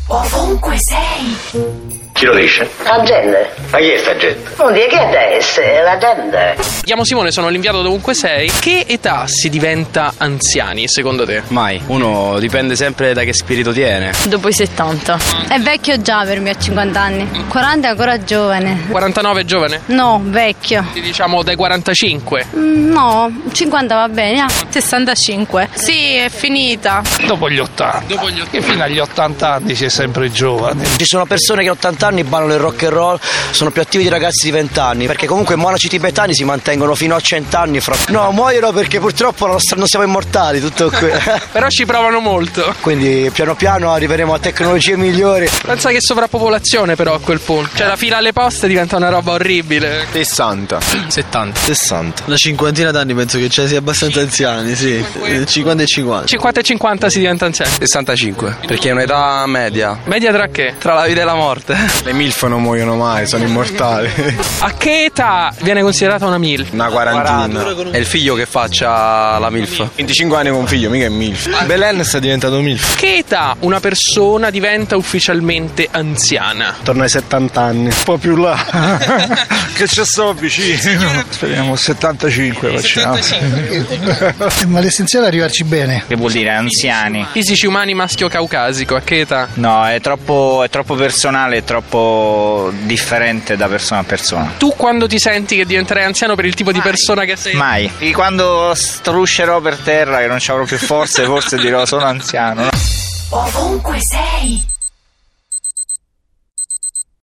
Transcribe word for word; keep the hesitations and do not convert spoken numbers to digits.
Ovunque sei. Chi lo dice? La gente. Ma chi è sta gente? Non dire che è essere, la gente. Chiamo Simone, sono l'inviato dovunque sei. Che età si diventa anziani, secondo te? Mai. Uno dipende sempre da che spirito tiene. Dopo i settanta. È vecchio già per me a cinquanta anni. quaranta è ancora giovane. quarantanove è giovane? No, vecchio. Diciamo dai quarantacinque. Mm, no, cinquanta va bene. Ah. sessantacinque. Sì, è finita. Dopo gli ottanta. Dopo gli ottanta. Che fino agli ottanta anni si è sempre giovani. Ci sono persone che a ottanta anni ballano il rock and roll, sono più attivi di ragazzi di venti anni, perché comunque i monaci tibetani si mantengono fino a cento anni fra... No, muoiono perché purtroppo non, non siamo immortali, tutto qui. Però ci provano molto. Quindi piano piano arriveremo a tecnologie migliori. Pensa che sovrappopolazione però a quel punto. Cioè la fila alle poste diventa una roba orribile. sessanta. settanta. sessanta. Una cinquantina d'anni penso che ce ne sia abbastanza anziani, sì. cinquanta e cinquanta. cinquanta e cinquanta si diventa anziani. sessantacinque. Perché è un'età media. Media tra che? Tra la vita e la morte. Le MILF non muoiono mai, sono immortali. A che età viene considerata una MILF? Una quarantina. È il figlio che faccia la MILF. venticinque anni con un figlio, mica è MILF. Belen è diventato MILF. Che età una persona diventa ufficialmente anziana? Torno ai settanta anni. Un po' più là. Che ci sto vicino. Speriamo settantacinque facciamo. Ma l'essenziale è arrivarci bene. Che vuol dire anziani? Fisici umani maschio caucasico, a che età? No, è troppo, è troppo personale, è troppo differente da persona a persona. Tu quando ti senti che diventerai anziano per il tipo di persona che sei? Mai. E quando struscerò per terra che non ci avrò più forze, forse dirò sono anziano. Ovunque sei.